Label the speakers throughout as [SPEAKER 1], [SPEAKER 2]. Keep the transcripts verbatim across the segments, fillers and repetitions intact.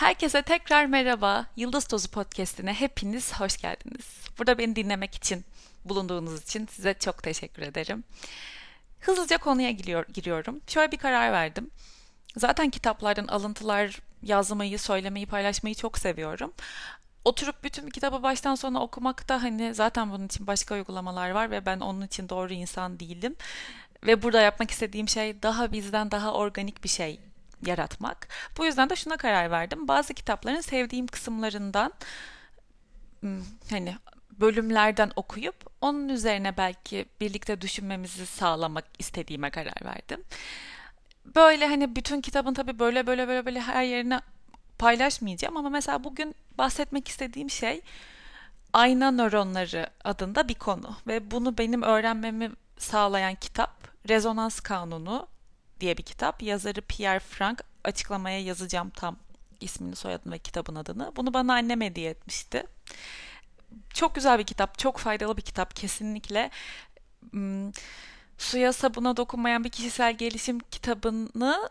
[SPEAKER 1] Herkese tekrar merhaba. Yıldız Tozu Podcast'ine hepiniz hoş geldiniz. Burada beni dinlemek için, bulunduğunuz için size çok teşekkür ederim. Hızlıca konuya giriyor, giriyorum. Şöyle bir karar verdim. Zaten kitaplardan alıntılar yazmayı, söylemeyi, paylaşmayı çok seviyorum. Oturup bütün bir kitabı baştan sona okumakta hani zaten bunun için başka uygulamalar var ve ben onun için doğru insan değilim. Ve burada yapmak istediğim şey daha bizden daha organik bir şey yaratmak. Bu yüzden de şuna karar verdim. Bazı kitapların sevdiğim kısımlarından hmm, hani bölümlerden okuyup onun üzerine belki birlikte düşünmemizi sağlamak istediğime karar verdim. Böyle hani bütün kitabın tabii böyle böyle böyle böyle her yerine paylaşmayacağım ama mesela bugün bahsetmek istediğim şey ayna nöronları adında bir konu ve bunu benim öğrenmemi sağlayan kitap Rezonans Kanunu diye bir kitap. Yazarı Pierre Frank. Açıklamaya yazacağım tam ismini, soyadını ve kitabın adını. Bunu bana annem hediye etmişti. Çok güzel bir kitap, çok faydalı bir kitap kesinlikle. Hmm, Suya sabuna dokunmayan bir kişisel gelişim kitabını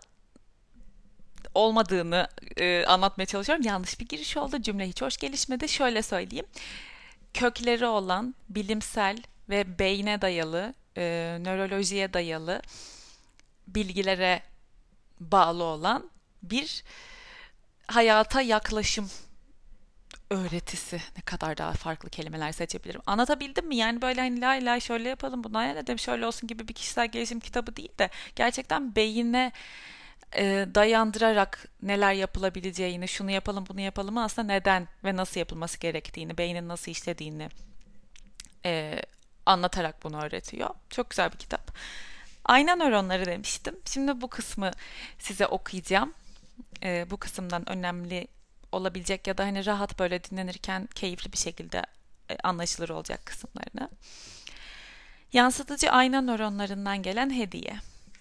[SPEAKER 1] olmadığını e, anlatmaya çalışıyorum. Yanlış bir giriş oldu. Cümle hiç hoş gelişmedi. Şöyle söyleyeyim. Kökleri olan bilimsel ve beyne dayalı, e, nörolojiye dayalı bilgilere bağlı olan bir hayata yaklaşım öğretisi. Ne kadar daha farklı kelimeler seçebilirim. Anlatabildim mi? Yani böyle hani la la şöyle yapalım bunu hayal edelim şöyle olsun gibi bir kişisel gelişim kitabı değil de gerçekten beyine e, dayandırarak neler yapılabileceğini, şunu yapalım bunu yapalım aslında neden ve nasıl yapılması gerektiğini, beynin nasıl işlediğini e, anlatarak bunu öğretiyor. Çok güzel bir kitap. Ayna nöronları demiştim. Şimdi bu kısmı size okuyacağım. E, bu kısımdan önemli olabilecek ya da hani rahat böyle dinlenirken keyifli bir şekilde e, anlaşılır olacak kısımlarını. Yansıtıcı ayna nöronlarından gelen hediye.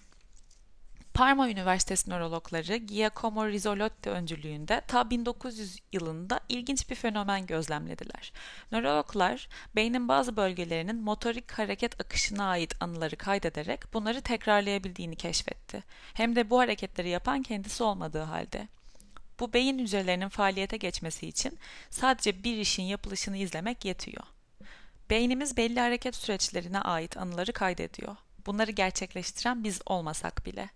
[SPEAKER 1] Parma Üniversitesi nörologları Giacomo Rizzolotti öncülüğünde ta bin dokuz yüz yılında ilginç bir fenomen gözlemlediler. Nörologlar beynin bazı bölgelerinin motorik hareket akışına ait anıları kaydederek bunları tekrarlayabildiğini keşfetti. Hem de bu hareketleri yapan kendisi olmadığı halde. Bu beyin hücrelerinin faaliyete geçmesi için sadece bir işin yapılışını izlemek yetiyor. Beynimiz belli hareket süreçlerine ait anıları kaydediyor. Bunları gerçekleştiren biz olmasak bile.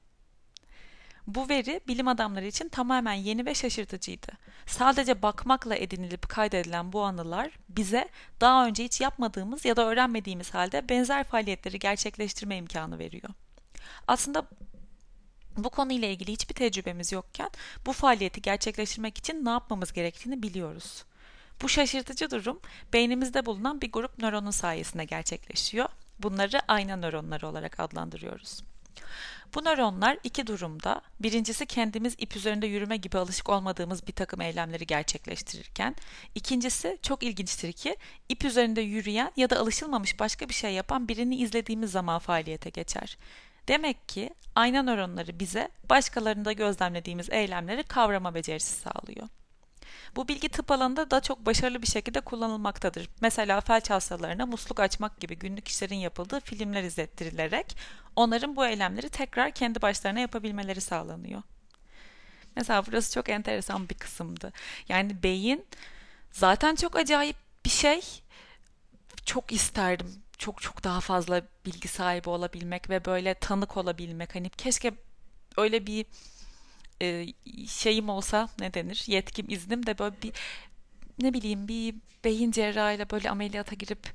[SPEAKER 1] Bu veri bilim adamları için tamamen yeni ve şaşırtıcıydı. Sadece bakmakla edinilip kaydedilen bu anılar bize daha önce hiç yapmadığımız ya da öğrenmediğimiz halde benzer faaliyetleri gerçekleştirme imkanı veriyor. Aslında bu konuyla ilgili hiçbir tecrübemiz yokken bu faaliyeti gerçekleştirmek için ne yapmamız gerektiğini biliyoruz. Bu şaşırtıcı durum beynimizde bulunan bir grup nöronun sayesinde gerçekleşiyor. Bunları ayna nöronları olarak adlandırıyoruz. Bu nöronlar iki durumda, birincisi kendimiz ip üzerinde yürüme gibi alışık olmadığımız bir takım eylemleri gerçekleştirirken, ikincisi çok ilginçtir ki ip üzerinde yürüyen ya da alışılmamış başka bir şey yapan birini izlediğimiz zaman faaliyete geçer. Demek ki ayna nöronları bize başkalarında gözlemlediğimiz eylemleri kavrama becerisi sağlıyor. Bu bilgi tıp alanında da çok başarılı bir şekilde kullanılmaktadır. Mesela felç hastalarına musluk açmak gibi günlük işlerin yapıldığı filmler izlettirilerek onların bu eylemleri tekrar kendi başlarına yapabilmeleri sağlanıyor. Mesela burası çok enteresan bir kısımdı. Yani beyin zaten çok acayip bir şey. Çok isterdim çok çok daha fazla bilgi sahibi olabilmek ve böyle tanık olabilmek. Hani keşke öyle bir e, şeyim olsa ne denir yetkim iznim de böyle bir ne bileyim bir beyin cerrahıyla böyle ameliyata girip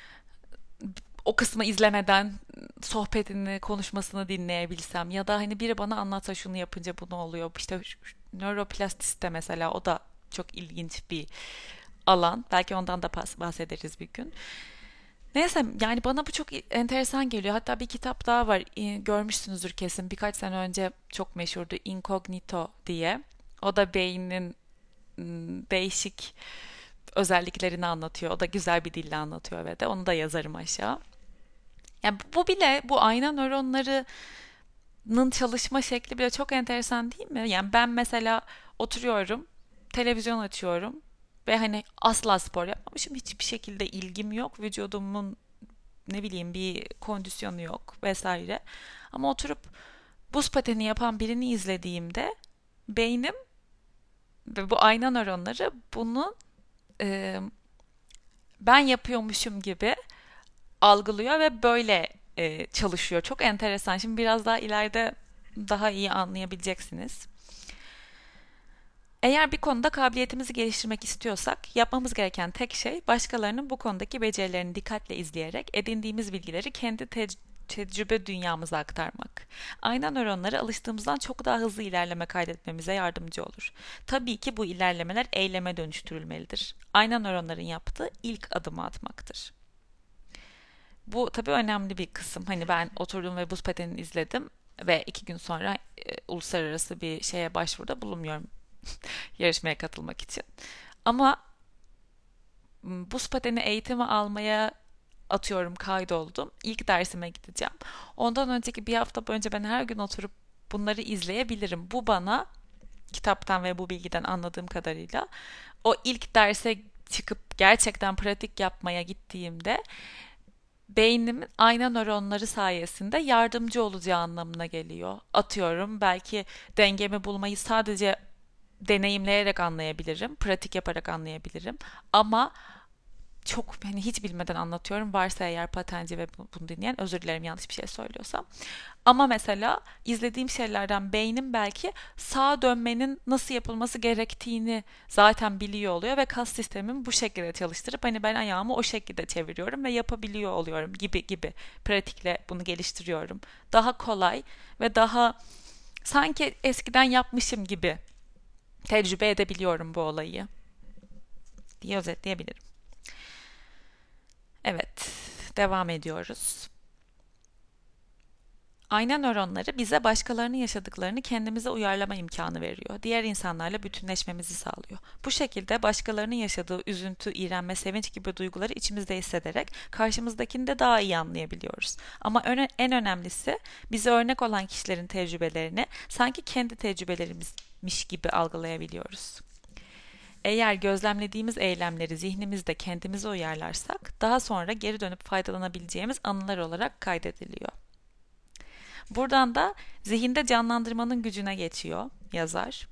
[SPEAKER 1] o kısmı izlemeden sohbetini, konuşmasını dinleyebilsem ya da hani biri bana anlatsa şunu yapınca bu ne oluyor. İşte nöroplastisite mesela o da çok ilginç bir alan. Belki ondan da bahsederiz bir gün. Neyse yani bana bu çok enteresan geliyor. Hatta bir kitap daha var. Görmüşsünüzdür kesin. Birkaç sene önce çok meşhurdu. Incognito diye. O da beynin değişik özelliklerini anlatıyor. O da güzel bir dille anlatıyor ve de onu da yazarım aşağı. Yani bu bile bu ayna nöronlarının çalışma şekli bile çok enteresan değil mi? Yani ben mesela oturuyorum, televizyon açıyorum ve hani asla spor yapmamışım. Hiçbir şekilde ilgim yok. Vücudumun ne bileyim bir kondisyonu yok vesaire. Ama oturup buz pateni yapan birini izlediğimde beynim Ve bu ayna nöronları bunu e, ben yapıyormuşum gibi algılıyor ve böyle e, çalışıyor. Çok enteresan. Şimdi biraz daha ileride daha iyi anlayabileceksiniz. Eğer bir konuda kabiliyetimizi geliştirmek istiyorsak, yapmamız gereken tek şey başkalarının bu konudaki becerilerini dikkatle izleyerek edindiğimiz bilgileri kendi tec- tecrübe dünyamıza aktarmak. Ayna nöronları alıştığımızdan çok daha hızlı ilerleme kaydetmemize yardımcı olur. Tabii ki bu ilerlemeler eyleme dönüştürülmelidir. Ayna nöronların yaptığı ilk adımı atmaktır. Bu tabii önemli bir kısım. Hani ben oturdum ve buz patenini izledim ve iki gün sonra e, uluslararası bir şeye başvuruda bulunmuyorum yarışmaya katılmak için. Ama buz pateni eğitimi almaya atıyorum kaydoldum. İlk dersime gideceğim. Ondan önceki bir hafta boyunca ben her gün oturup bunları izleyebilirim. Bu bana kitaptan ve bu bilgiden anladığım kadarıyla o ilk derse çıkıp gerçekten pratik yapmaya gittiğimde beynimin ayna nöronları sayesinde yardımcı olacağı anlamına geliyor. Atıyorum belki dengemi bulmayı sadece deneyimleyerek anlayabilirim, pratik yaparak anlayabilirim. Ama çok hani hiç bilmeden anlatıyorum. Varsa eğer patenci ve bunu dinleyen özür dilerim yanlış bir şey söylüyorsam. Ama mesela izlediğim şeylerden beynim belki sağa dönmenin nasıl yapılması gerektiğini zaten biliyor oluyor ve kas sistemimi bu şekilde çalıştırıp hani ben ayağımı o şekilde çeviriyorum ve yapabiliyor oluyorum gibi gibi pratikle bunu geliştiriyorum. Daha kolay ve daha sanki eskiden yapmışım gibi tecrübe edebiliyorum bu olayı diye özetleyebilirim. Evet, devam ediyoruz. Ayna nöronları bize başkalarının yaşadıklarını kendimize uyarlama imkanı veriyor. Diğer insanlarla bütünleşmemizi sağlıyor. Bu şekilde başkalarının yaşadığı üzüntü, iğrenme, sevinç gibi duyguları içimizde hissederek karşımızdakini de daha iyi anlayabiliyoruz. Ama öne- en önemlisi bize örnek olan kişilerin tecrübelerini sanki kendi tecrübelerimizmiş gibi algılayabiliyoruz. Eğer gözlemlediğimiz eylemleri zihnimizde kendimize uyarlarsak, daha sonra geri dönüp faydalanabileceğimiz anılar olarak kaydediliyor. Buradan da zihinde canlandırmanın gücüne geçiyor yazar.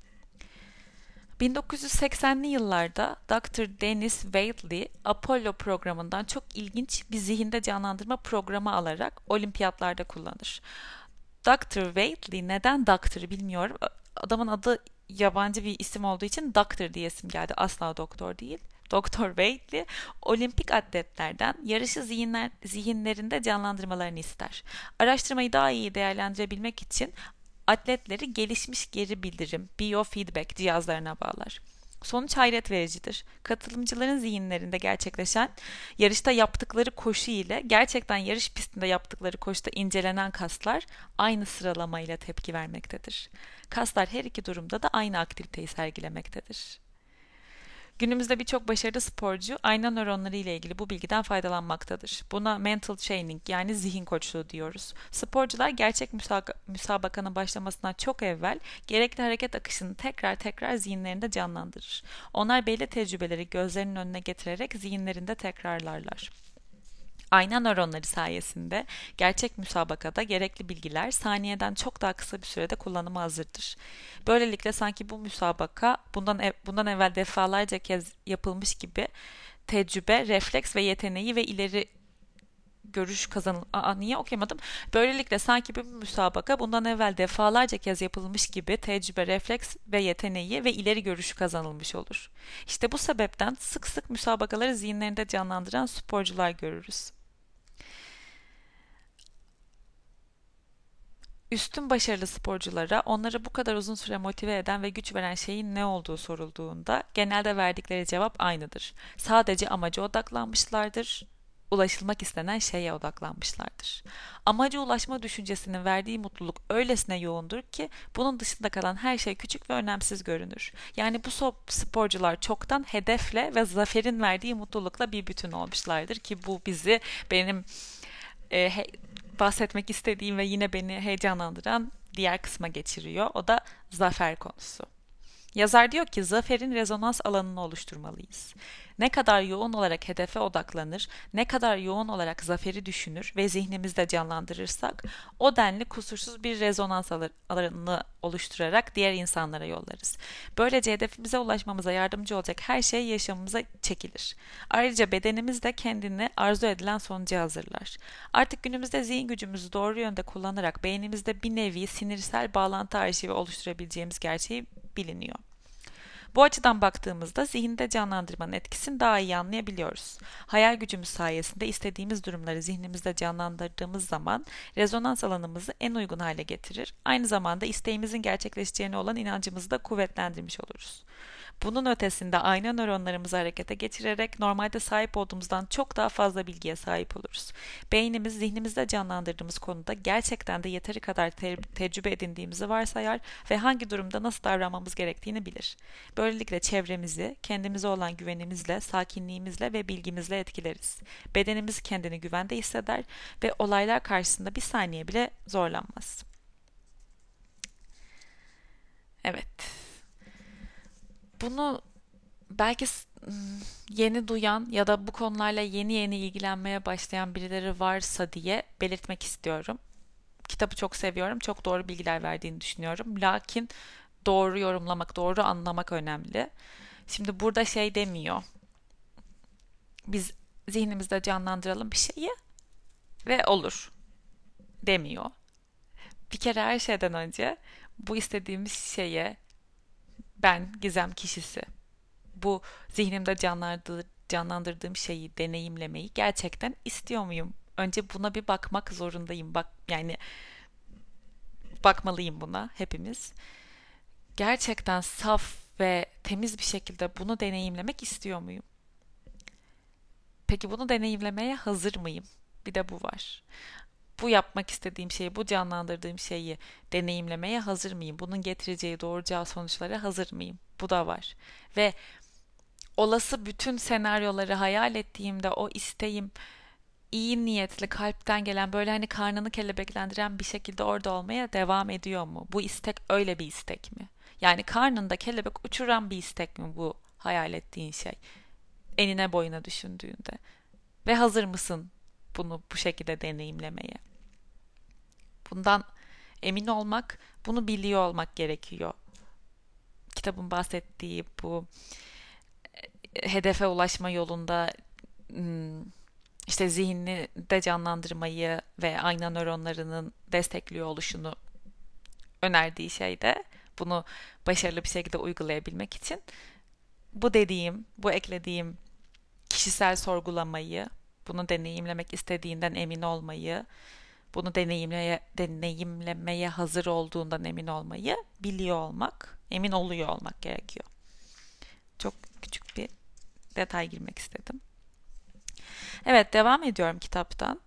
[SPEAKER 1] bin dokuz yüz seksenli yıllarda doktor Dennis Waitley Apollo programından çok ilginç bir zihinde canlandırma programı alarak olimpiyatlarda kullanır. doktor Waitley neden doktor bilmiyorum. Adamın adı yabancı bir isim olduğu için doktor diye isim geldi. Asla doktor değil. doktor Waitley olimpik atletlerden yarışı zihinler, zihinlerinde canlandırmalarını ister. Araştırmayı daha iyi değerlendirebilmek için atletleri gelişmiş geri bildirim, biofeedback cihazlarına bağlar. Sonuç hayret vericidir. Katılımcıların zihinlerinde gerçekleşen yarışta yaptıkları koşu ile gerçekten yarış pistinde yaptıkları koşuda incelenen kaslar aynı sıralamayla tepki vermektedir. Kaslar her iki durumda da aynı aktiviteyi sergilemektedir. Günümüzde birçok başarılı sporcu ayna nöronları ile ilgili bu bilgiden faydalanmaktadır. Buna mental training yani zihin koçluğu diyoruz. Sporcular gerçek müsabakanın başlamasından çok evvel gerekli hareket akışını tekrar tekrar zihinlerinde canlandırır. Onlar belli tecrübeleri gözlerinin önüne getirerek zihinlerinde tekrarlarlar. Ayna nöronları sayesinde gerçek müsabakada gerekli bilgiler saniyeden çok daha kısa bir sürede kullanıma hazırdır. Böylelikle sanki bu müsabaka bundan ev, bundan evvel defalarca kez yapılmış gibi tecrübe, refleks ve yeteneği ve ileri görüş kazanıl... Aa, niye okuyamadım? Böylelikle sanki bir müsabaka bundan evvel defalarca kez yapılmış gibi tecrübe, refleks ve yeteneği ve ileri görüşü kazanılmış olur. İşte bu sebepten sık sık müsabakaları zihinlerinde canlandıran sporcular görürüz. Üstün başarılı sporculara onları bu kadar uzun süre motive eden ve güç veren şeyin ne olduğu sorulduğunda genelde verdikleri cevap aynıdır. Sadece amaca odaklanmışlardır, ulaşılmak istenen şeye odaklanmışlardır. Amaca ulaşma düşüncesinin verdiği mutluluk öylesine yoğundur ki bunun dışında kalan her şey küçük ve önemsiz görünür. Yani bu sporcular çoktan hedefle ve zaferin verdiği mutlulukla bir bütün olmuşlardır ki bu bizi benim e, he- bahsetmek istediğim ve yine beni heyecanlandıran diğer kısma geçiriyor. O da zafer konusu. Yazar diyor ki zaferin rezonans alanını oluşturmalıyız. Ne kadar yoğun olarak hedefe odaklanır, ne kadar yoğun olarak zaferi düşünür ve zihnimizde canlandırırsak o denli kusursuz bir rezonans alanı oluşturarak diğer insanlara yollarız. Böylece hedefimize ulaşmamıza yardımcı olacak her şey yaşamımıza çekilir. Ayrıca bedenimiz de kendini arzu edilen sonuca hazırlar. Artık günümüzde zihin gücümüzü doğru yönde kullanarak beynimizde bir nevi sinirsel bağlantı arşivi oluşturabileceğimiz gerçeği biliniyor. Bu açıdan baktığımızda zihinde canlandırmanın etkisini daha iyi anlayabiliyoruz. Hayal gücümüz sayesinde istediğimiz durumları zihnimizde canlandırdığımız zaman rezonans alanımızı en uygun hale getirir. Aynı zamanda isteğimizin gerçekleşeceğine olan inancımızı da kuvvetlendirmiş oluruz. Bunun ötesinde ayna nöronlarımızı harekete geçirerek normalde sahip olduğumuzdan çok daha fazla bilgiye sahip oluruz. Beynimiz zihnimizde canlandırdığımız konuda gerçekten de yeteri kadar te- tecrübe edindiğimizi varsayar ve hangi durumda nasıl davranmamız gerektiğini bilir. Böylelikle çevremizi, kendimize olan güvenimizle, sakinliğimizle ve bilgimizle etkileriz. Bedenimiz kendini güvende hisseder ve olaylar karşısında bir saniye bile zorlanmaz. Evet. Bunu belki yeni duyan ya da bu konularla yeni yeni ilgilenmeye başlayan birileri varsa diye belirtmek istiyorum. Kitabı çok seviyorum, çok doğru bilgiler verdiğini düşünüyorum. Lakin doğru yorumlamak, doğru anlamak önemli. Şimdi burada şey demiyor. Biz zihnimizde canlandıralım bir şeyi ve olur demiyor. Bir kere her şeyden önce bu istediğimiz şeye ben Gizem kişisi bu zihnimde canlandır, canlandırdığım şeyi deneyimlemeyi gerçekten istiyor muyum? Önce buna bir bakmak zorundayım. Bak yani bakmalıyım buna hepimiz. Gerçekten saf ve temiz bir şekilde bunu deneyimlemek istiyor muyum? Peki bunu deneyimlemeye hazır mıyım? Bir de bu var. Bu yapmak istediğim şeyi, bu canlandırdığım şeyi deneyimlemeye hazır mıyım? Bunun getireceği, doğuracağı sonuçlara hazır mıyım? Bu da var. Ve olası bütün senaryoları hayal ettiğimde o isteğim iyi niyetli, kalpten gelen böyle hani karnını kelebeklendiren bir şekilde orada olmaya devam ediyor mu? Bu istek öyle bir istek mi? Yani karnında kelebek uçuran bir istek mi bu hayal ettiğin şey? Enine boyuna düşündüğünde. Ve hazır mısın bunu bu şekilde deneyimlemeye? Bundan emin olmak, bunu biliyor olmak gerekiyor. Kitabın bahsettiği bu hedefe ulaşma yolunda hmm, işte zihnini de canlandırmayı ve ayna nöronlarının destekliyor oluşunu önerdiği şey de bunu başarılı bir şekilde uygulayabilmek için bu dediğim, bu eklediğim kişisel sorgulamayı, bunu deneyimlemek istediğinden emin olmayı, bunu deneyimleye, deneyimlemeye hazır olduğundan emin olmayı biliyor olmak, emin oluyor olmak gerekiyor. Çok küçük bir detay girmek istedim. Evet, devam ediyorum kitaptan.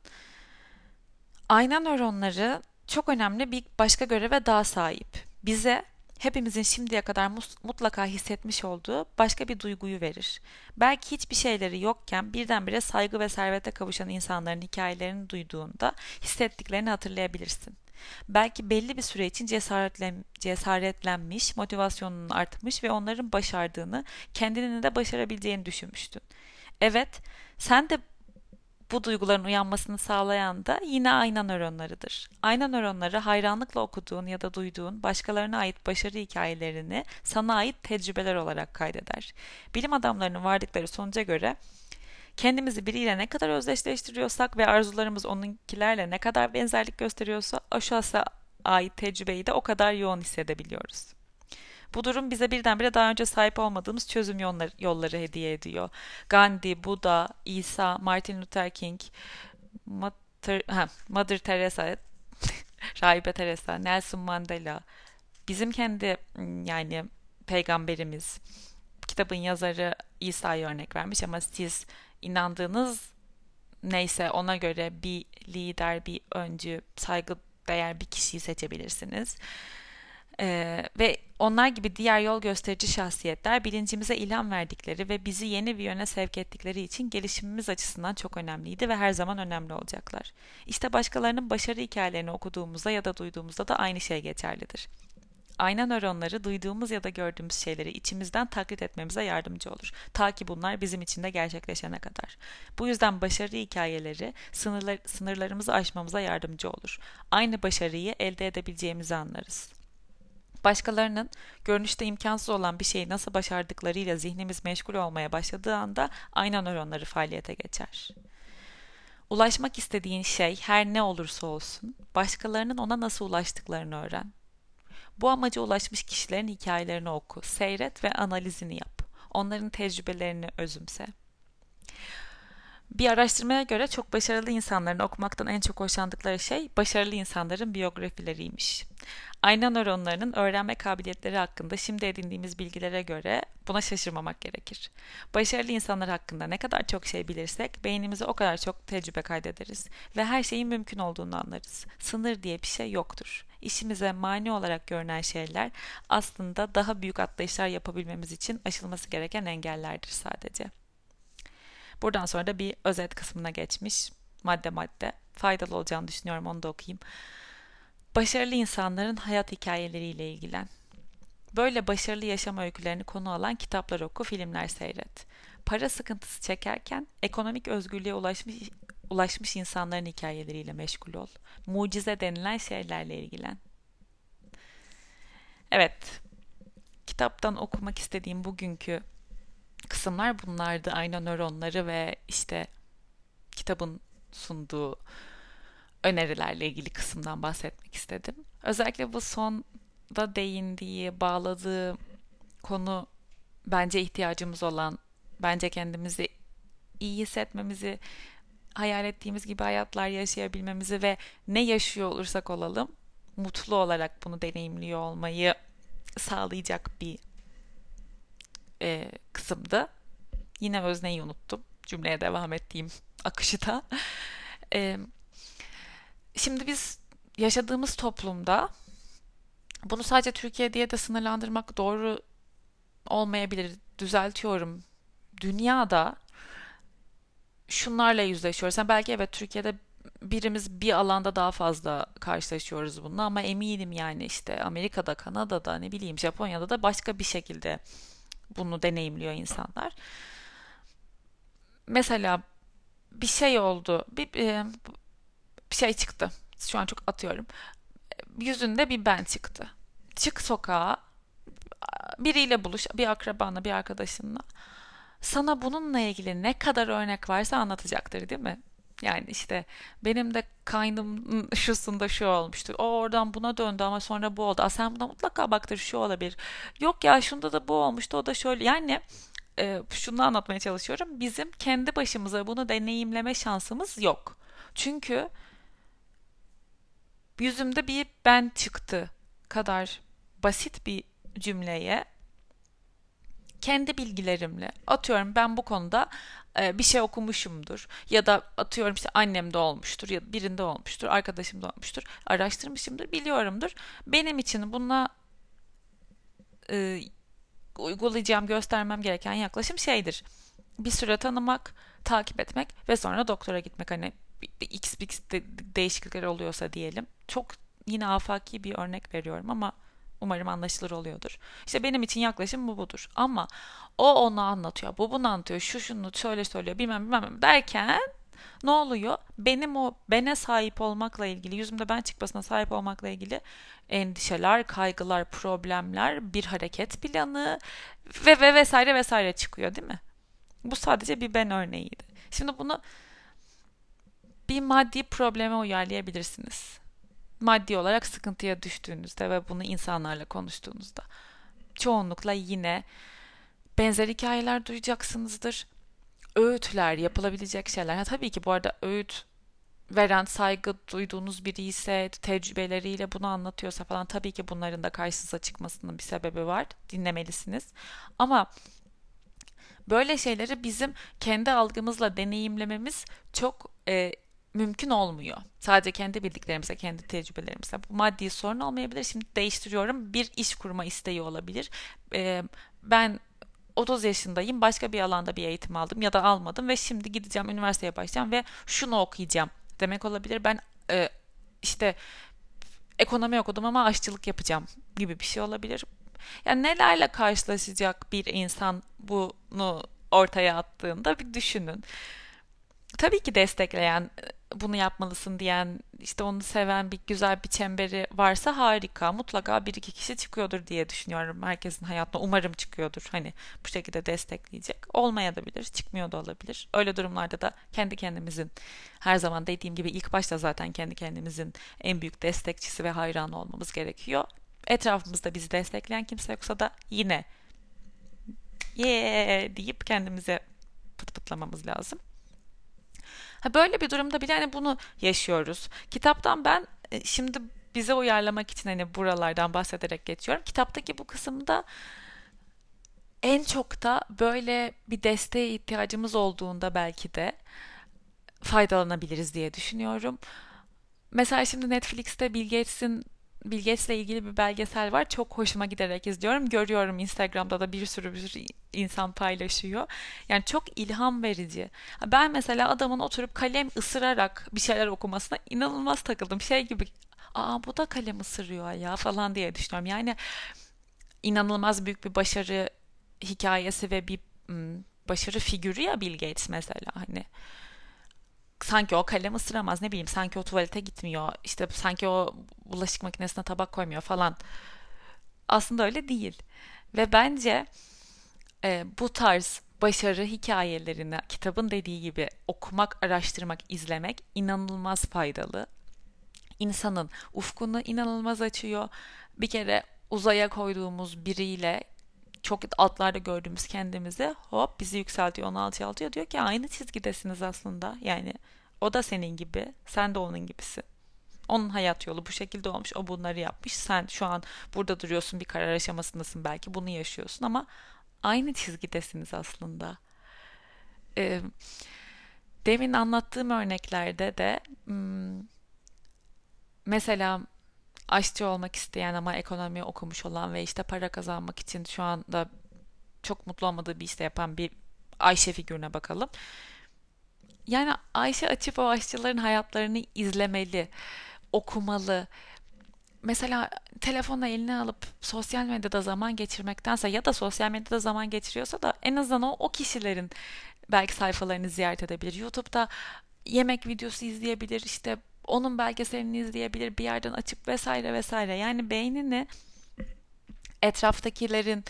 [SPEAKER 1] Ayna nöronları çok önemli bir başka göreve daha sahip. Bize hepimizin şimdiye kadar mutlaka hissetmiş olduğu başka bir duyguyu verir. Belki hiçbir şeyleri yokken birdenbire saygı ve servete kavuşan insanların hikayelerini duyduğunda hissettiklerini hatırlayabilirsin. Belki belli bir süre için cesaretlen, cesaretlenmiş, motivasyonunun artmış ve onların başardığını, kendinin de başarabileceğini düşünmüştün. Evet, sen de bu duyguların uyanmasını sağlayan da yine ayna nöronlarıdır. Ayna nöronları hayranlıkla okuduğun ya da duyduğun başkalarına ait başarı hikayelerini sana ait tecrübeler olarak kaydeder. Bilim adamlarının vardıkları sonuca göre kendimizi biriyle ne kadar özdeşleştiriyorsak ve arzularımız onunkilerle ne kadar benzerlik gösteriyorsa o şahsa ait tecrübeyi de o kadar yoğun hissedebiliyoruz. Bu durum bize birdenbire daha önce sahip olmadığımız çözüm yolları, yolları hediye ediyor. Gandhi, Buddha, İsa, Martin Luther King, Mother, ha, Mother Teresa, Rahibe Teresa, Nelson Mandela, bizim kendi yani peygamberimiz, kitabın yazarı İsa'yı örnek vermiş ama siz inandığınız neyse ona göre bir lider, bir öncü, saygı değer bir kişiyi seçebilirsiniz. Ee, ve onlar gibi diğer yol gösterici şahsiyetler bilincimize ilham verdikleri ve bizi yeni bir yöne sevk ettikleri için gelişimimiz açısından çok önemliydi ve her zaman önemli olacaklar. İşte başkalarının başarı hikayelerini okuduğumuzda ya da duyduğumuzda da aynı şey geçerlidir. ayna nöronları duyduğumuz ya da gördüğümüz şeyleri içimizden taklit etmemize yardımcı olur. Ta ki bunlar bizim için de gerçekleşene kadar. Bu yüzden başarı hikayeleri sınırlar, sınırlarımızı aşmamıza yardımcı olur. Aynı başarıyı elde edebileceğimizi anlarız. Başkalarının görünüşte imkansız olan bir şeyi nasıl başardıklarıyla zihnimiz meşgul olmaya başladığı anda ayna nöronları faaliyete geçer. Ulaşmak istediğin şey her ne olursa olsun, başkalarının ona nasıl ulaştıklarını öğren. Bu amaca ulaşmış kişilerin hikayelerini oku, seyret ve analizini yap. Onların tecrübelerini özümse. Bir araştırmaya göre çok başarılı insanların okumaktan en çok hoşlandıkları şey başarılı insanların biyografileriymiş. Ayna nöronlarının öğrenme kabiliyetleri hakkında şimdi edindiğimiz bilgilere göre buna şaşırmamak gerekir. Başarılı insanlar hakkında ne kadar çok şey bilirsek beynimize o kadar çok tecrübe kaydederiz ve her şeyin mümkün olduğunu anlarız. Sınır diye bir şey yoktur. İşimize mani olarak görünen şeyler aslında daha büyük atlayışlar yapabilmemiz için aşılması gereken engellerdir sadece. Buradan sonra da bir özet kısmına geçmiş. Madde madde. Faydalı olacağını düşünüyorum, onu da okuyayım. Başarılı insanların hayat hikayeleriyle ilgilen. Böyle başarılı yaşam öykülerini konu alan kitaplar oku, filmler seyret. Para sıkıntısı çekerken ekonomik özgürlüğe ulaşmış ulaşmış insanların hikayeleriyle meşgul ol. Mucize denilen şeylerle ilgilen. Evet, kitaptan okumak istediğim bugünkü kısımlar bunlardı. Ayna nöronları ve işte kitabın sunduğu önerilerle ilgili kısımdan bahsetmek istedim. Özellikle bu sonda değindiği, bağladığı konu bence ihtiyacımız olan, bence kendimizi iyi hissetmemizi, hayal ettiğimiz gibi hayatlar yaşayabilmemizi ve ne yaşıyor olursak olalım mutlu olarak bunu deneyimliyor olmayı sağlayacak bir e, kısımdı. Yine özneyi unuttum. Cümleye devam ettiğim akışı E, Şimdi biz yaşadığımız toplumda bunu sadece Türkiye diye de sınırlandırmak doğru olmayabilir. Düzeltiyorum. Dünyada şunlarla yüzleşiyoruz. Yani belki evet Türkiye'de birimiz bir alanda daha fazla karşılaşıyoruz bununla ama eminim yani işte Amerika'da, Kanada'da, ne bileyim Japonya'da da başka bir şekilde bunu deneyimliyor insanlar. Mesela bir şey oldu. Bir, e, bir şey çıktı. Şu an çok atıyorum. Yüzünde bir ben çıktı. Çık sokağa, biriyle buluş, bir akrabanla, bir arkadaşınla. Sana bununla ilgili ne kadar örnek varsa anlatacaktır, değil mi? Yani işte benim de kaynım şusunda şu olmuştur. O oradan buna döndü ama sonra bu oldu. Aa, sen buna mutlaka baktır, şu olabilir. Yok ya şunda da bu olmuştu, o da şöyle. Yani e, şunu anlatmaya çalışıyorum. Bizim kendi başımıza bunu deneyimleme şansımız yok. Çünkü yüzümde bir ben çıktı kadar basit bir cümleye kendi bilgilerimle atıyorum ben bu konuda e, bir şey okumuşumdur ya da atıyorum işte annemde olmuştur ya birinde olmuştur arkadaşımda olmuştur araştırmışımdır biliyorumdur benim için buna e, uygulayacağım göstermem gereken yaklaşım şeydir bir süre tanımak takip etmek ve sonra doktora gitmek hani bir, bir x, x de, değişiklikler oluyorsa diyelim çok yine afaki bir örnek veriyorum ama umarım anlaşılır oluyordur. İşte benim için yaklaşım bu budur. Ama o onu anlatıyor, bu bunu anlatıyor, şu şunu şöyle söylüyor, bilmem bilmem derken ne oluyor? Benim o bene sahip olmakla ilgili, yüzümde ben çıkmasına sahip olmakla ilgili endişeler, kaygılar, problemler, bir hareket planı ve ve vesaire vesaire çıkıyor, değil mi? Bu sadece bir ben örneğiydi. Şimdi bunu bir maddi probleme uyarlayabilirsiniz. Maddi olarak sıkıntıya düştüğünüzde ve bunu insanlarla konuştuğunuzda çoğunlukla yine benzer hikayeler duyacaksınızdır. Öğütler, yapılabilecek şeyler. Ha, tabii ki bu arada öğüt veren, saygı duyduğunuz biri ise, tecrübeleriyle bunu anlatıyorsa falan tabii ki bunların da karşınıza çıkmasının bir sebebi var. Dinlemelisiniz. Ama böyle şeyleri bizim kendi algımızla deneyimlememiz çok e, mümkün olmuyor. Sadece kendi bildiklerimize, kendi tecrübelerimize. Bu maddi sorun olmayabilir. Şimdi değiştiriyorum. Bir iş kurma isteği olabilir. E, ben otuz yaşındayım. Başka bir alanda bir eğitim aldım ya da almadım ve şimdi gideceğim üniversiteye başlayacağım ve şunu okuyacağım demek olabilir. Ben e, işte ekonomi okudum ama aşçılık yapacağım gibi bir şey olabilir. Yani nelerle karşılaşacak bir insan bunu ortaya attığında bir düşünün. Tabii ki destekleyen, bunu yapmalısın diyen, işte onu seven bir güzel bir çemberi varsa harika. Mutlaka bir iki kişi çıkıyordur diye düşünüyorum herkesin hayatına. Umarım çıkıyordur. Hani bu şekilde destekleyecek. Olmaya da bilir, çıkmıyor da olabilir. Öyle durumlarda da kendi kendimizin, her zaman dediğim gibi ilk başta zaten kendi kendimizin en büyük destekçisi ve hayranı olmamız gerekiyor. Etrafımızda bizi destekleyen kimse yoksa da yine yeee deyip kendimize pıt pıtlamamız lazım. Ha, böyle bir durumda bile hani bunu yaşıyoruz. Kitaptan ben e, şimdi bize uyarlamak için hani buralardan bahsederek geçiyorum. Kitaptaki bu kısımda en çok da böyle bir desteğe ihtiyacımız olduğunda belki de faydalanabiliriz diye düşünüyorum. Mesela şimdi Netflix'te Bill Gates'in Bill Gates'le ilgili bir belgesel var. Çok hoşuma giderek izliyorum. Görüyorum Instagram'da da bir sürü bir sürü insan paylaşıyor. Yani çok ilham verici. Ben mesela adamın oturup kalem ısırarak bir şeyler okumasına inanılmaz takıldım. Şey gibi, aa bu da kalem ısırıyor ya falan diye düşünüyorum. Yani inanılmaz büyük bir başarı hikayesi ve bir ım, başarı figürü ya Bill Gates mesela, hani sanki o kalem ısıramaz, ne bileyim, sanki o tuvalete gitmiyor, işte sanki o bulaşık makinesine tabak koymuyor falan. Aslında öyle değil. Ve bence e, bu tarz başarı hikayelerini kitabın dediği gibi okumak, araştırmak, izlemek inanılmaz faydalı. İnsanın ufkunu inanılmaz açıyor. Bir kere uzaya koyduğumuz biriyle çok altlarda gördüğümüz kendimizi hop bizi yükseltiyor, onu alçaltıyor. Diyor ki aynı çizgidesiniz aslında. Yani o da senin gibi, sen de onun gibisin. Onun hayat yolu bu şekilde olmuş, o bunları yapmış. Sen şu an burada duruyorsun, bir karar aşamasındasın, belki bunu yaşıyorsun ama aynı çizgidesiniz aslında. Ee, Demin anlattığım örneklerde de hmm, mesela aşçı olmak isteyen ama ekonomi okumuş olan ve işte para kazanmak için şu anda çok mutlu olmadığı bir işte yapan bir Ayşe figürüne bakalım. Yani Ayşe açıp o aşçıların hayatlarını izlemeli, okumalı. Mesela telefonu eline alıp sosyal medyada zaman geçirmektense, ya da sosyal medyada zaman geçiriyorsa da en azından o, o kişilerin belki sayfalarını ziyaret edebilir. YouTube'da yemek videosu izleyebilir, işte onun belgeselini izleyebilir, bir yerden açıp vesaire vesaire. Yani beynini etraftakilerin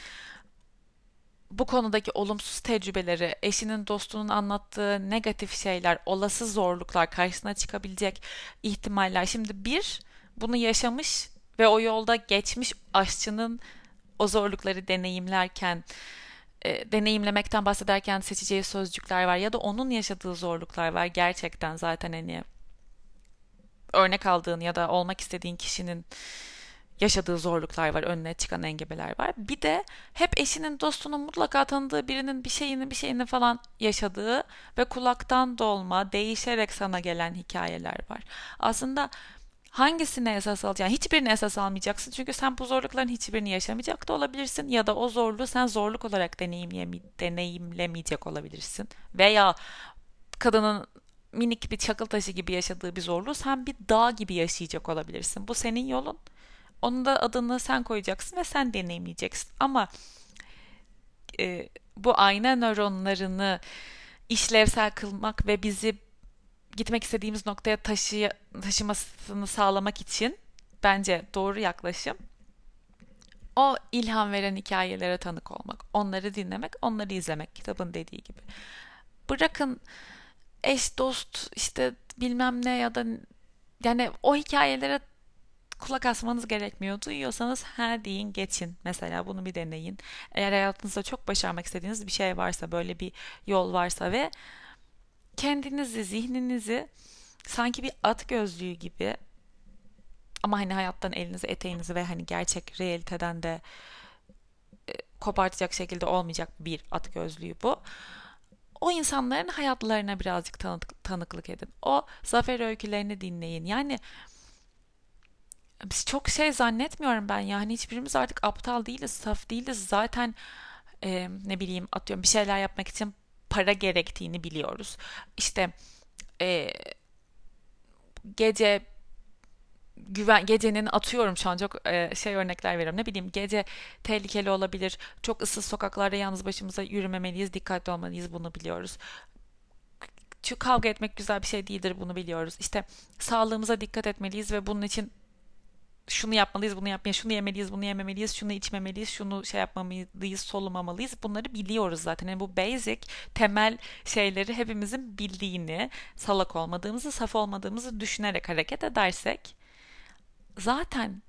[SPEAKER 1] bu konudaki olumsuz tecrübeleri, eşinin, dostunun anlattığı negatif şeyler, olası zorluklar, karşısına çıkabilecek ihtimaller. Şimdi bir, bunu yaşamış ve o yolda geçmiş aşçının o zorlukları deneyimlerken, e, deneyimlemekten bahsederken seçeceği sözcükler var, ya da onun yaşadığı zorluklar var. Gerçekten zaten hani örnek aldığın ya da olmak istediğin kişinin yaşadığı zorluklar var, önüne çıkan engebeler var. Bir de hep eşinin, dostunun, mutlaka tanıdığı birinin bir şeyini bir şeyini falan yaşadığı ve kulaktan dolma, değişerek sana gelen hikayeler var. Aslında hangisine esas alacaksın? Hiçbirini esas almayacaksın. Çünkü sen bu zorlukların hiçbirini yaşamayacak da olabilirsin. Ya da o zorluğu sen zorluk olarak deneyimlemeyecek olabilirsin. Veya kadının minik bir çakıl taşı gibi yaşadığı bir zorluğu sen bir dağ gibi yaşayacak olabilirsin. Bu senin yolun. Onun da adını sen koyacaksın ve sen deneyimleyeceksin. Ama e, bu ayna nöronlarını işlevsel kılmak ve bizi gitmek istediğimiz noktaya taşı, taşımasını sağlamak için bence doğru yaklaşım o ilham veren hikayelere tanık olmak, onları dinlemek, onları izlemek, kitabın dediği gibi. Bırakın eş, dost, işte bilmem ne ya da yani o hikayelere kulak asmanız gerekmiyor. Duyuyorsanız ha deyin, geçin. Mesela bunu bir deneyin. Eğer hayatınızda çok başarmak istediğiniz bir şey varsa, böyle bir yol varsa ve kendinizi, zihninizi sanki bir at gözlüğü gibi, ama hani hayattan elinizi, eteğinizi ve hani gerçek realiteden de e, kopartacak şekilde olmayacak bir at gözlüğü bu. O insanların hayatlarına birazcık tanık, tanıklık edin. O zafer öykülerini dinleyin. Yani biz çok şey zannetmiyorum ben, yani hiçbirimiz artık aptal değiliz, saf değiliz. Zaten e, ne bileyim, atıyorum bir şeyler yapmak için para gerektiğini biliyoruz. İşte e, gece güven gecenin atıyorum şu an çok e, şey örnekler veriyorum. Ne bileyim gece tehlikeli olabilir. Çok ıssız sokaklarda yalnız başımıza yürümemeliyiz. Dikkatli olmalıyız. Bunu biliyoruz. Çünkü kavga etmek güzel bir şey değildir. Bunu biliyoruz. İşte sağlığımıza dikkat etmeliyiz ve bunun için şunu yapmalıyız, bunu yapmayı, şunu yemeliyiz, bunu yememeliyiz, şunu içmemeliyiz, şunu şey yapmamalıyız, solumamalıyız. Bunları biliyoruz zaten. Yani bu basic, temel şeyleri hepimizin bildiğini, salak olmadığımızı, saf olmadığımızı düşünerek hareket edersek zaten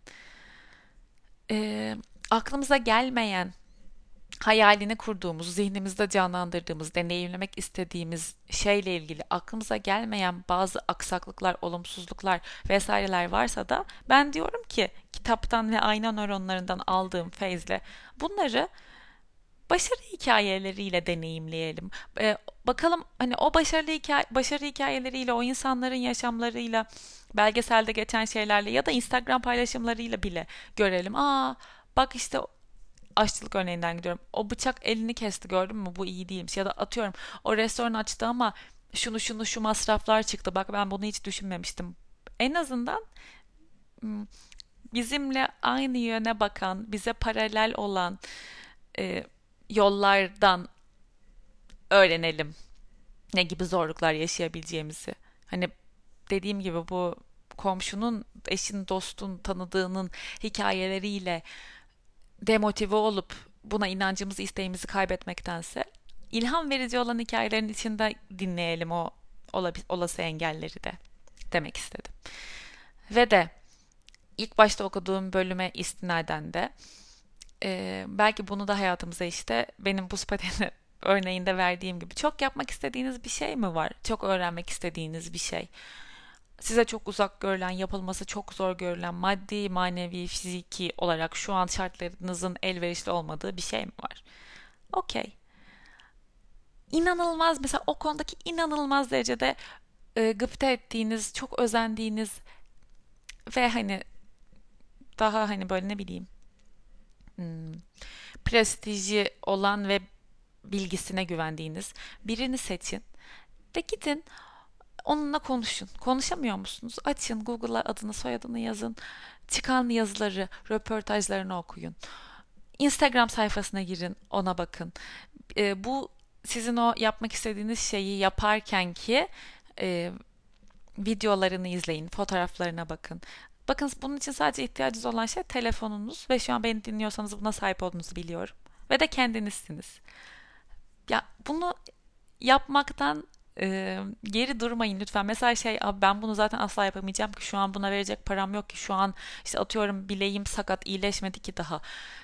[SPEAKER 1] e, aklımıza gelmeyen, hayalini kurduğumuz, zihnimizde canlandırdığımız, deneyimlemek istediğimiz şeyle ilgili aklımıza gelmeyen bazı aksaklıklar, olumsuzluklar vesaireler varsa da ben diyorum ki kitaptan ve ayna nöronlarından aldığım feyzle bunları başarı hikayeleriyle deneyimleyelim. Ee, bakalım hani o başarılı hikaye, başarı hikayeleriyle, o insanların yaşamlarıyla, belgeselde geçen şeylerle ya da Instagram paylaşımlarıyla bile görelim. Aa, bak işte aşçılık örneğinden gidiyorum. O bıçak elini kesti, gördün mü? Bu iyi değilmiş. Ya da atıyorum o restoran açtı ama şunu şunu şu masraflar çıktı. Bak ben bunu hiç düşünmemiştim. En azından bizimle aynı yöne bakan, bize paralel olan e, yollardan öğrenelim ne gibi zorluklar yaşayabileceğimizi. Hani dediğim gibi bu komşunun, eşin, dostun, tanıdığının hikayeleriyle demotive olup buna inancımızı, isteğimizi kaybetmektense ilham verici olan hikayelerin içinde dinleyelim o olası engelleri de demek istedim. Ve de ilk başta okuduğum bölüme istinaden de e, belki bunu da hayatımıza işte benim buz pateni örneğinde verdiğim gibi çok yapmak istediğiniz bir şey mi var? Çok öğrenmek istediğiniz bir şey. Size çok uzak görülen, yapılması çok zor görülen, maddi, manevi, fiziki olarak şu an şartlarınızın elverişli olmadığı bir şey mi var? Okey. İnanılmaz mesela o konudaki inanılmaz derecede e, gıpta ettiğiniz, çok özendiğiniz ve hani daha hani böyle ne bileyim hmm, prestiji olan ve bilgisine güvendiğiniz birini seçin de gidin onunla konuşun. Konuşamıyor musunuz? Açın Google'a adını soyadını yazın. Çıkan yazıları, röportajlarını okuyun. Instagram sayfasına girin, ona bakın. E, bu sizin o yapmak istediğiniz şeyi yaparken ki e, videolarını izleyin, fotoğraflarına bakın. Bakın bunun için sadece ihtiyacınız olan şey telefonunuz ve şu an beni dinliyorsanız buna sahip olduğunuzu biliyorum. Ve de kendinizsiniz. Ya bunu yapmaktan e, geri durmayın lütfen. Mesela şey abi ben bunu zaten asla yapamayacağım ki şu an buna verecek param yok ki şu an işte atıyorum bileğim sakat iyileşmedi ki daha.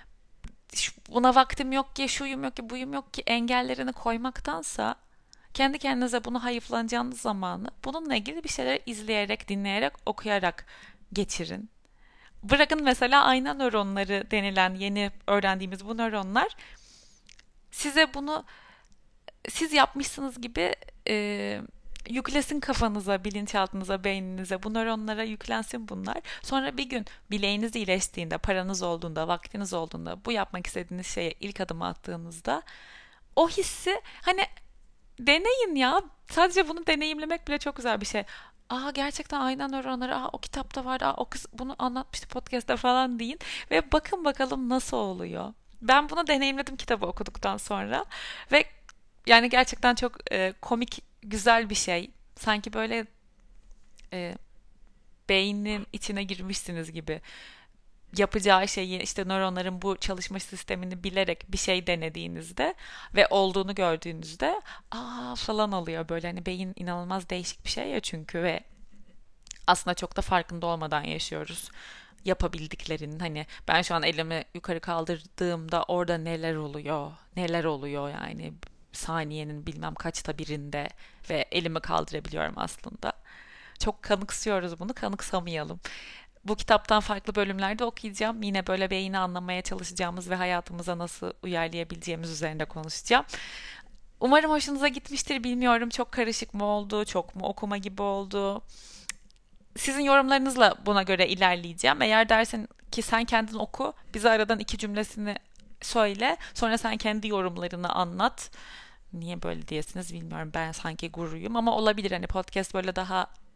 [SPEAKER 1] Buna vaktim yok ki şuyum yok ki buyum yok ki engellerini koymaktansa kendi kendinize bunu hayıflanacağınız zamanı bununla ilgili bir şeyler izleyerek, dinleyerek, okuyarak geçirin. Bırakın mesela ayna nöronları denilen yeni öğrendiğimiz bu nöronlar size bunu siz yapmışsınız gibi e, yüklesin kafanıza, bilinçaltınıza, beyninize. Bu nöronlara yüklensin bunlar. Sonra bir gün bileğiniz iyileştiğinde, paranız olduğunda, vaktiniz olduğunda, bu yapmak istediğiniz şeye ilk adımı attığınızda o hissi hani deneyin ya. Sadece bunu deneyimlemek bile çok güzel bir şey. Aa gerçekten aynen nöronları, aa o kitapta vardı, aa o kız bunu anlatmıştı podcast'ta falan deyin. Ve bakın bakalım nasıl oluyor. Ben bunu deneyimledim kitabı okuduktan sonra. Ve yani gerçekten çok e, komik, güzel bir şey. Sanki böyle e, beynin içine girmişsiniz gibi. Yapacağı şeyi işte nöronların bu çalışma sistemini bilerek bir şey denediğinizde ve olduğunu gördüğünüzde aa falan oluyor böyle hani beyin inanılmaz değişik bir şey ya çünkü ve aslında çok da farkında olmadan yaşıyoruz yapabildiklerinin hani ben şu an elimi yukarı kaldırdığımda orada neler oluyor neler oluyor yani saniyenin bilmem kaçta birinde ve elimi kaldırabiliyorum aslında. Çok kanıksıyoruz bunu, kanıksamayalım. Bu kitaptan farklı bölümlerde okuyacağım. Yine böyle beyni anlamaya çalışacağımız ve hayatımıza nasıl uyarlayabileceğimiz üzerinde konuşacağım. Umarım hoşunuza gitmiştir. Bilmiyorum çok karışık mı oldu, çok mu okuma gibi oldu. Sizin yorumlarınızla buna göre ilerleyeceğim. Eğer dersin ki sen kendin oku, bize aradan iki cümlesini söyle. Sonra sen kendi yorumlarını anlat. Niye böyle diyesiniz bilmiyorum. Ben sanki guruyum ama olabilir. Hani podcast böyle daha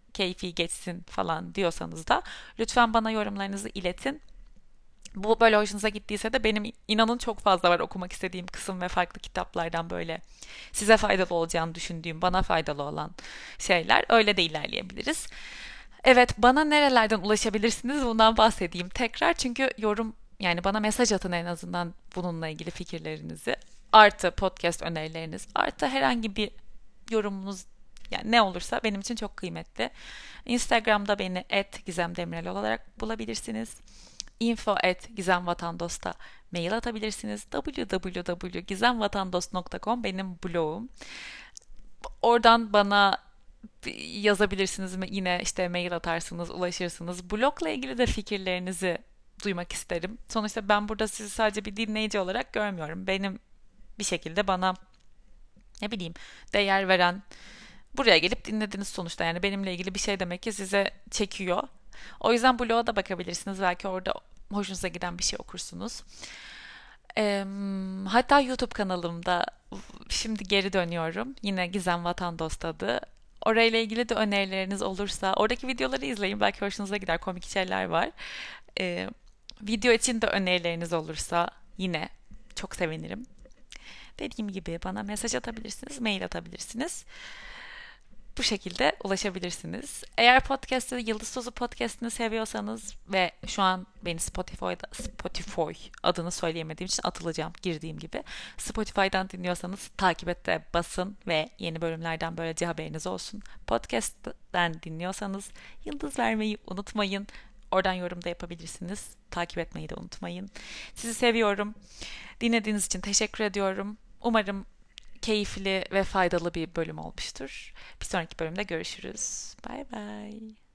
[SPEAKER 1] keyfi geçsin falan diyorsanız da lütfen bana yorumlarınızı iletin. Bu böyle hoşunuza gittiyse de benim inanın çok fazla var okumak istediğim kısım ve farklı kitaplardan böyle size faydalı olacağını düşündüğüm, bana faydalı olan şeyler. Öyle de ilerleyebiliriz. Evet, bana nerelerden ulaşabilirsiniz bundan bahsedeyim tekrar. Çünkü yorum yani bana mesaj atın en azından bununla ilgili fikirlerinizi. Artı podcast önerileriniz, artı herhangi bir yorumunuz yani ne olursa benim için çok kıymetli. Instagram'da beni et Gizem Demirel olarak bulabilirsiniz. info at gizemvatandos'ta mail atabilirsiniz. double-u double-u double-u nokta gizemvatandos nokta com benim blogum. Oradan bana yazabilirsiniz mi? Yine işte mail atarsınız, ulaşırsınız. Blogla ilgili de fikirlerinizi duymak isterim. Sonuçta ben burada sizi sadece bir dinleyici olarak görmüyorum. Benim bir şekilde bana ne bileyim değer veren, buraya gelip dinlediniz sonuçta. Yani benimle ilgili bir şey demek ki size çekiyor. O yüzden bloğa da bakabilirsiniz. Belki orada hoşunuza giden bir şey okursunuz. Eee, hatta YouTube kanalımda şimdi geri dönüyorum. Yine Gizem Vatandost adı. Orayla ilgili de önerileriniz olursa oradaki videoları izleyin. Belki hoşunuza gider. Komik şeyler var. Eee, video için de önerileriniz olursa yine çok sevinirim. Dediğim gibi bana mesaj atabilirsiniz, mail atabilirsiniz. Bu şekilde ulaşabilirsiniz. Eğer podcast'ı Yıldız Tozu podcast'ını seviyorsanız ve şu an beni Spotify'da Spotify adını söyleyemediğim için atılacağım girdiğim gibi. Spotify'dan dinliyorsanız takip et de basın ve yeni bölümlerden böylece haberiniz olsun. Podcast'ten dinliyorsanız yıldız vermeyi unutmayın. Oradan yorum da yapabilirsiniz. Takip etmeyi de unutmayın. Sizi seviyorum. Dinlediğiniz için teşekkür ediyorum. Umarım keyifli ve faydalı bir bölüm olmuştur. Bir sonraki bölümde görüşürüz. Bay bay.